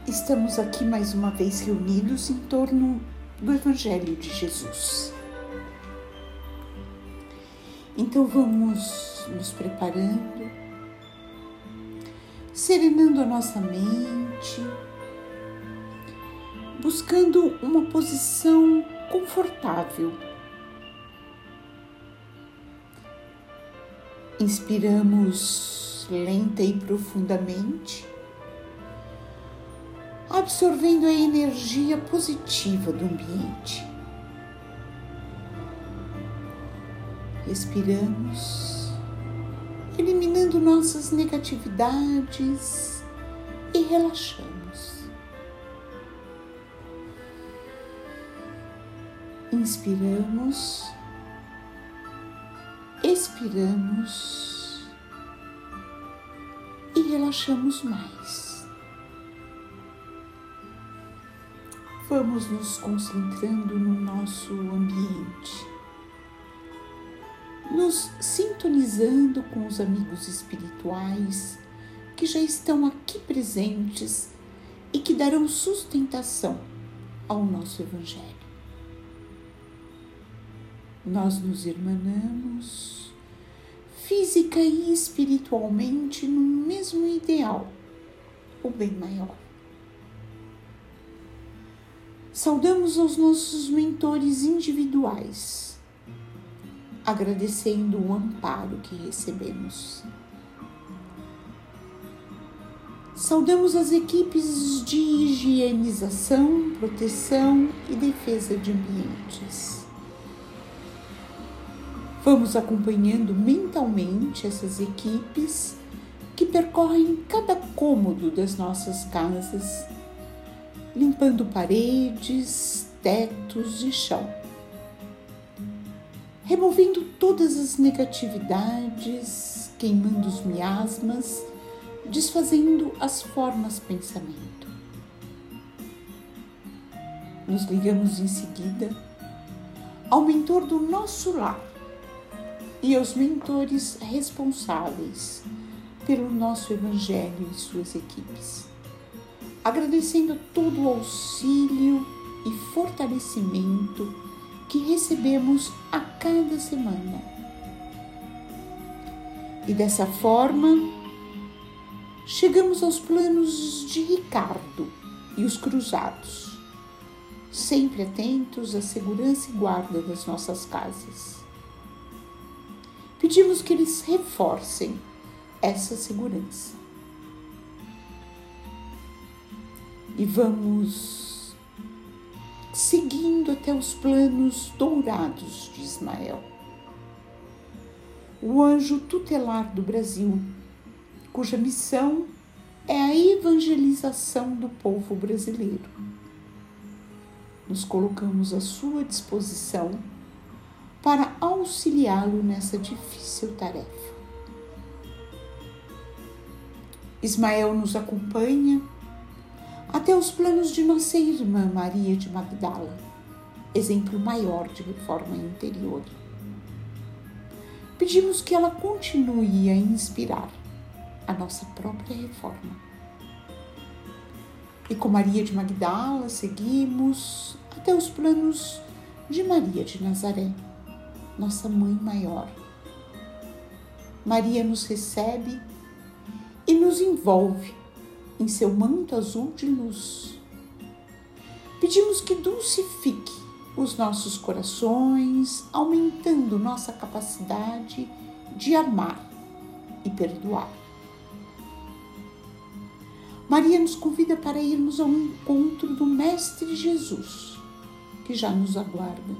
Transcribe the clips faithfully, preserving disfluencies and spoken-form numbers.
Estamos aqui mais uma vez reunidos em torno do Evangelho de Jesus. Então vamos nos preparando, serenando a nossa mente, buscando uma posição confortável. Inspiramos lenta e profundamente, absorvendo a energia positiva do ambiente. Respiramos, eliminando nossas negatividades e relaxamos. Inspiramos, expiramos e relaxamos mais. Vamos nos concentrando no nosso ambiente, nos sintonizando com os amigos espirituais que já estão aqui presentes e que darão sustentação ao nosso Evangelho. Nós nos irmanamos física e espiritualmente no mesmo ideal, o bem maior. Saudamos aos nossos mentores individuais, agradecendo o amparo que recebemos. Saudamos as equipes de higienização, proteção e defesa de ambientes. Vamos acompanhando mentalmente essas equipes que percorrem cada cômodo das nossas casas, limpando paredes, tetos e chão, removendo todas as negatividades, queimando os miasmas, desfazendo as formas pensamento. Nos ligamos em seguida ao mentor do nosso lar e aos mentores responsáveis pelo nosso Evangelho e suas equipes, agradecendo todo o auxílio e fortalecimento que recebemos a cada semana. E dessa forma, chegamos aos planos de Ricardo e os cruzados, sempre atentos à segurança e guarda das nossas casas. Pedimos que eles reforcem essa segurança. E vamos seguindo até os planos dourados de Ismael, o anjo tutelar do Brasil, cuja missão é a evangelização do povo brasileiro. Nos colocamos à sua disposição para auxiliá-lo nessa difícil tarefa. Ismael nos acompanha até os planos de nossa irmã Maria de Magdala, exemplo maior de reforma interior. Pedimos que ela continue a inspirar a nossa própria reforma. E com Maria de Magdala seguimos até os planos de Maria de Nazaré, nossa mãe maior. Maria nos recebe e nos envolve em seu manto azul de luz. Pedimos que dulcifique os nossos corações, aumentando nossa capacidade de amar e perdoar. Maria nos convida para irmos ao encontro do Mestre Jesus, que já nos aguarda.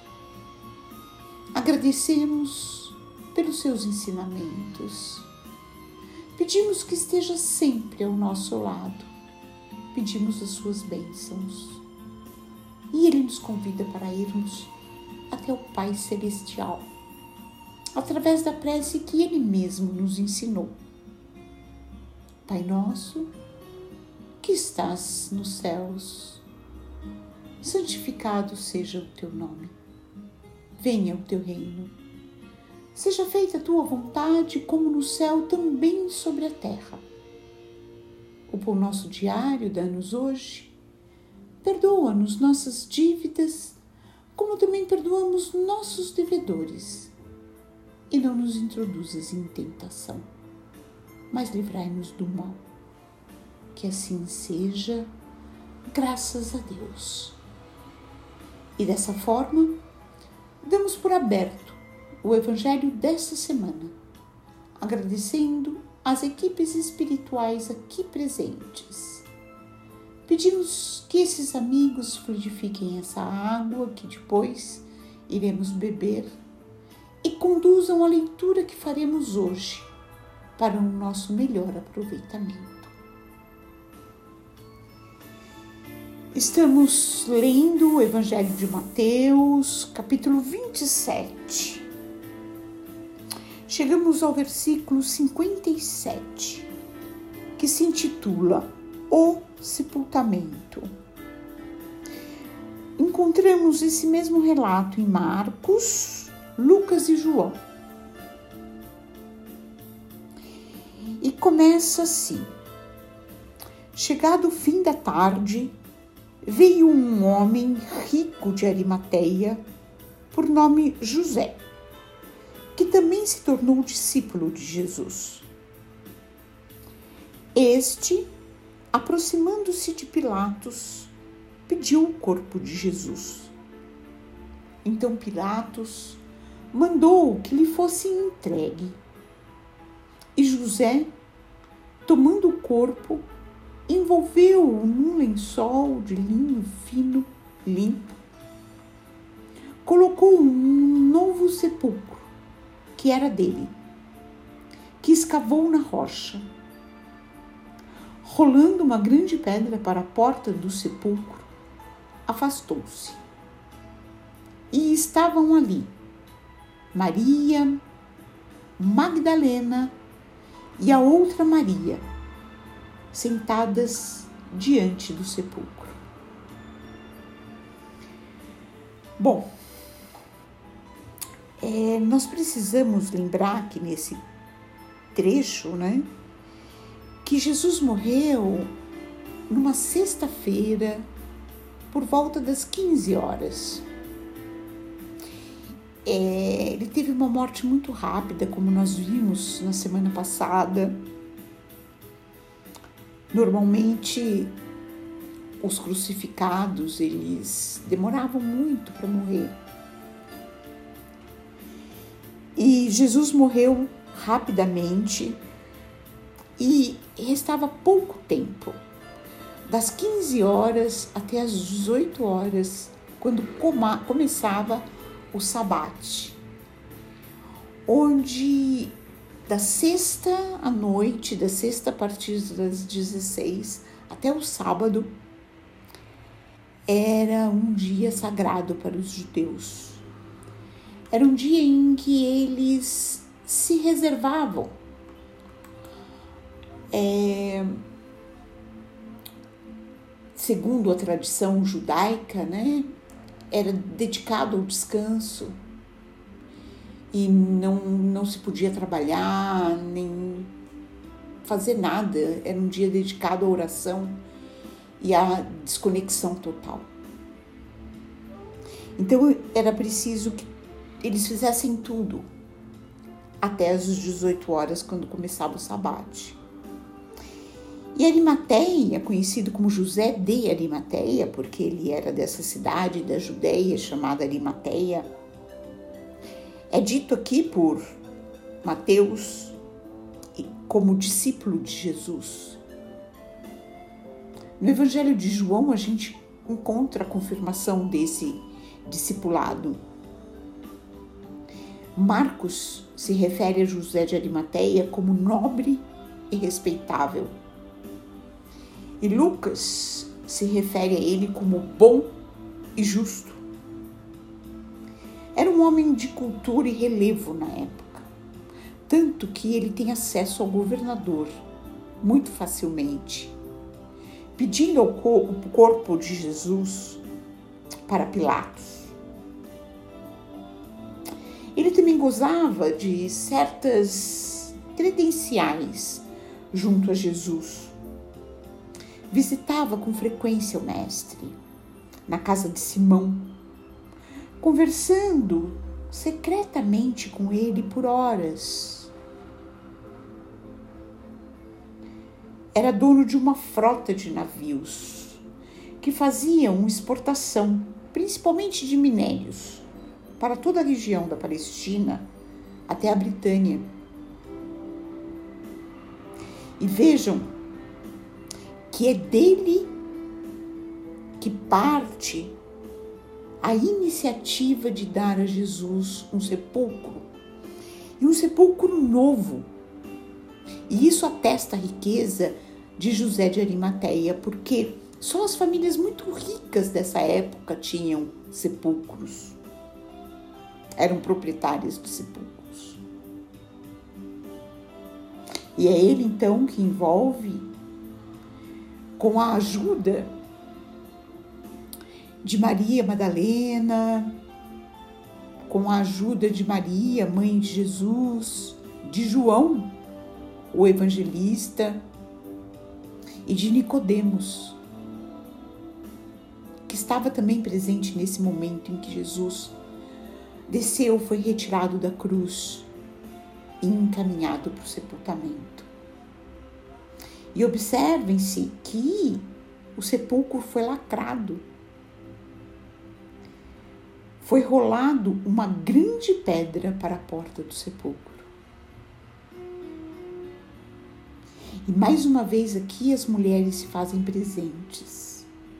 Agradecemos pelos seus ensinamentos. Pedimos que esteja sempre ao nosso lado. Pedimos as suas bênçãos. E Ele nos convida para irmos até o Pai Celestial, através da prece que Ele mesmo nos ensinou. Pai nosso, que estás nos céus, santificado seja o teu nome. Venha o teu reino. Seja feita a tua vontade, como no céu, também sobre a terra. o pão nosso diário dá-nos hoje. Perdoa-nos nossas dívidas, como também perdoamos nossos devedores. E não nos introduzas em tentação, mas livrai-nos do mal. Que assim seja, graças a Deus. E dessa forma, damos por aberto o Evangelho desta semana, agradecendo às equipes espirituais aqui presentes. Pedimos que esses amigos fluidifiquem essa água que depois iremos beber e conduzam a leitura que faremos hoje para o nosso melhor aproveitamento. Estamos lendo o Evangelho de Mateus, capítulo vinte e sete. Chegamos ao versículo cinquenta e sete, que se intitula O Sepultamento. Encontramos esse mesmo relato em Marcos, Lucas e João. E começa assim: chegado o fim da tarde, veio um homem rico de Arimateia, por nome José, que também se tornou discípulo de Jesus. Este, aproximando-se de Pilatos, pediu o corpo de Jesus. Então Pilatos mandou que lhe fosse entregue. E José, tomando o corpo, envolveu-o num lençol de linho fino, limpo. Colocou-o num novo sepulcro, que era dele, que escavou na rocha. Rolando uma grande pedra para a porta do sepulcro, afastou-se. E estavam ali Maria Magdalena e a outra Maria, sentadas diante do sepulcro. Bom, é, nós precisamos lembrar que nesse trecho, né, que Jesus morreu numa sexta-feira, por volta das quinze horas. É, ele teve uma morte muito rápida, como nós vimos na semana passada. Normalmente, os crucificados, eles demoravam muito para morrer. E Jesus morreu rapidamente e restava pouco tempo, das quinze horas até as dezoito horas, quando coma, começava o sabate, onde da sexta à noite, da sexta a partir das dezesseis até o sábado, era um dia sagrado para os judeus. Era um dia em que eles se reservavam é, segundo a tradição judaica, né, era dedicado ao descanso e não, não se podia trabalhar, nem fazer nada. Era um dia dedicado à oração e à desconexão total. Então era preciso que eles fizessem tudo até as dezoito horas, quando começava o sabate. E Arimateia, conhecido como José de Arimateia, porque ele era dessa cidade da Judeia chamada Arimateia, é dito aqui por Mateus como discípulo de Jesus. No Evangelho de João, a gente encontra a confirmação desse discipulado. Marcos se refere a José de Arimateia como nobre e respeitável. E Lucas se refere a ele como bom e justo. Era um homem de cultura e relevo na época, tanto que ele tem acesso ao governador muito facilmente, pedindo o corpo de Jesus para Pilatos. Ele também gozava de certas credenciais junto a Jesus. visitava com frequência o mestre na casa de Simão, conversando secretamente com ele por horas. Era dono de uma frota de navios que faziam exportação, principalmente de minérios, para toda a região da Palestina até a Britânia. E vejam que é dele que parte a iniciativa de dar a Jesus um sepulcro, e um sepulcro novo. E isso atesta a riqueza de José de Arimateia, porque só as famílias muito ricas dessa época tinham sepulcros, eram proprietários de sepulcros. E é ele então que envolve, com a ajuda de Maria Madalena, com a ajuda de Maria, mãe de Jesus, de João, o evangelista, e de Nicodemos, que estava também presente nesse momento em que Jesus desceu, foi retirado da cruz e encaminhado para o sepultamento. E observem-se que o sepulcro foi lacrado. Foi rolado uma grande pedra para a porta do sepulcro. E mais uma vez aqui as mulheres se fazem presentes.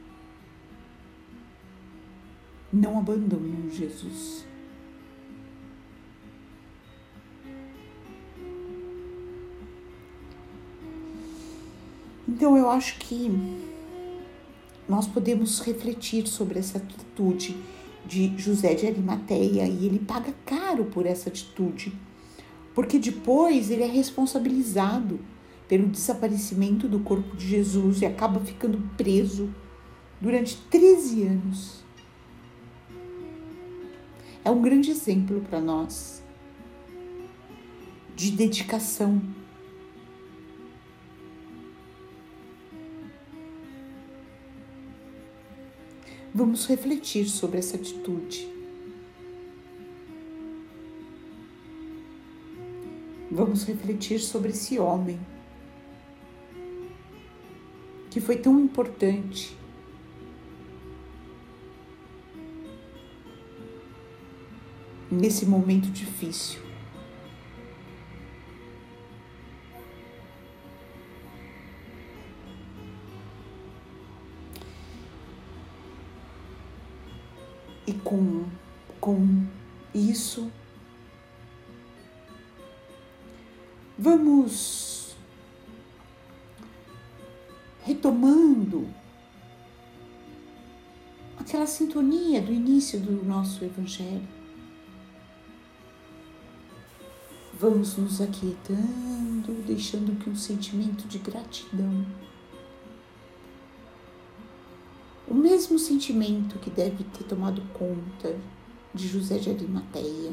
Não abandonam Jesus. Então eu acho que nós podemos refletir sobre essa atitude de José de Arimateia, e ele paga caro por essa atitude, porque depois ele é responsabilizado pelo desaparecimento do corpo de Jesus e acaba ficando preso durante treze anos. É um grande exemplo para nós de dedicação. Vamos refletir sobre essa atitude. Vamos refletir sobre esse homem que foi tão importante nesse momento difícil. E com, com isso, vamos retomando aquela sintonia do início do nosso Evangelho. Vamos nos aquietando, deixando que um sentimento de gratidão, o mesmo sentimento que deve ter tomado conta de José de Arimateia,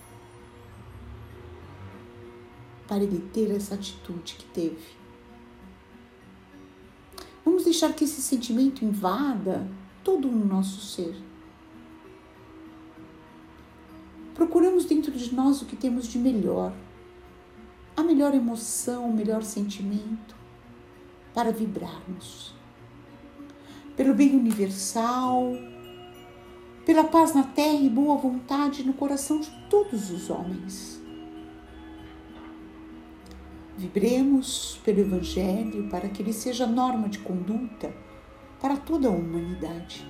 para ele ter essa atitude que teve. Vamos deixar que esse sentimento invada todo o nosso ser. Procuramos dentro de nós o que temos de melhor, a melhor emoção, o melhor sentimento, para vibrarmos pelo bem universal, pela paz na terra e boa vontade no coração de todos os homens. Vibremos pelo Evangelho para que ele seja norma de conduta para toda a humanidade.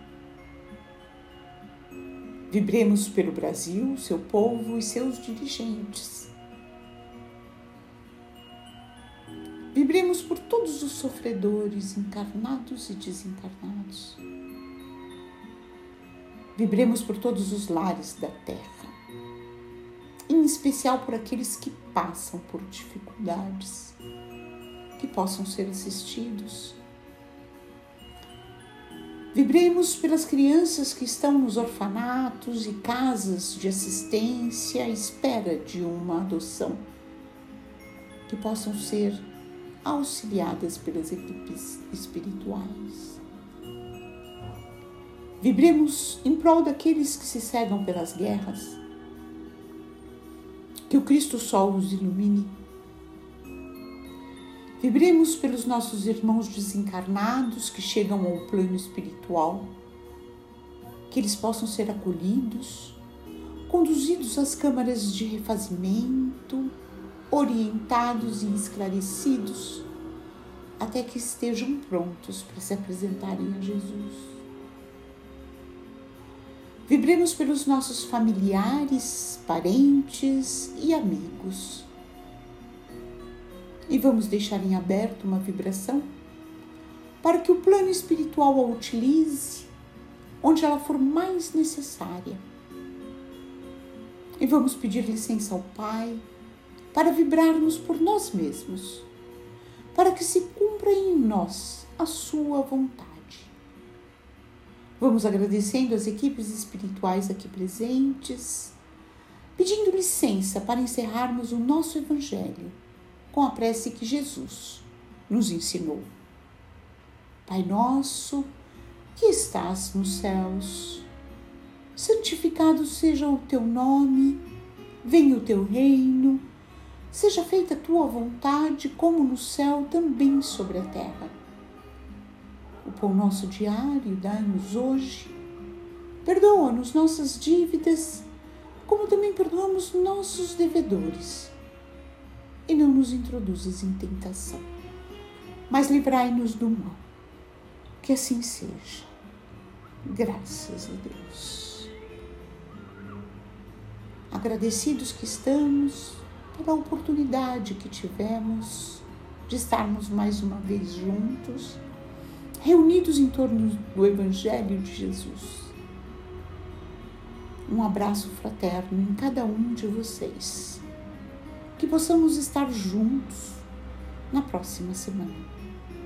Vibremos pelo Brasil, seu povo e seus dirigentes. Vibremos por todos os sofredores, encarnados e desencarnados. Vibremos por todos os lares da terra, em especial por aqueles que passam por dificuldades, que possam ser assistidos. Vibremos pelas crianças que estão nos orfanatos e casas de assistência à espera de uma adoção, que possam ser auxiliadas pelas equipes espirituais. Vibremos em prol daqueles que se cegam pelas guerras. Que o Cristo Sol os ilumine. Vibremos pelos nossos irmãos desencarnados que chegam ao plano espiritual. Que eles possam ser acolhidos, conduzidos às câmaras de refazimento, orientados e esclarecidos, até que estejam prontos para se apresentarem a Jesus. Vibremos pelos nossos familiares, parentes e amigos. E vamos deixar em aberto uma vibração para que o plano espiritual a utilize onde ela for mais necessária. E vamos pedir licença ao Pai para vibrarmos por nós mesmos, para que se cumpra em nós a sua vontade. Vamos agradecendo as equipes espirituais aqui presentes, pedindo licença para encerrarmos o nosso Evangelho com a prece que Jesus nos ensinou. Pai nosso, que estás nos céus, santificado seja o teu nome, venha o teu reino, seja feita a tua vontade, como no céu, também sobre a terra. O pão nosso diário dai-nos hoje, perdoa-nos nossas dívidas, como também perdoamos nossos devedores. E não nos introduzas em tentação, mas livrai-nos do mal. Que assim seja. Graças a Deus. Agradecidos que estamos pela oportunidade que tivemos de estarmos mais uma vez juntos, reunidos em torno do Evangelho de Jesus. Um abraço fraterno em cada um de vocês. Que possamos estar juntos na próxima semana.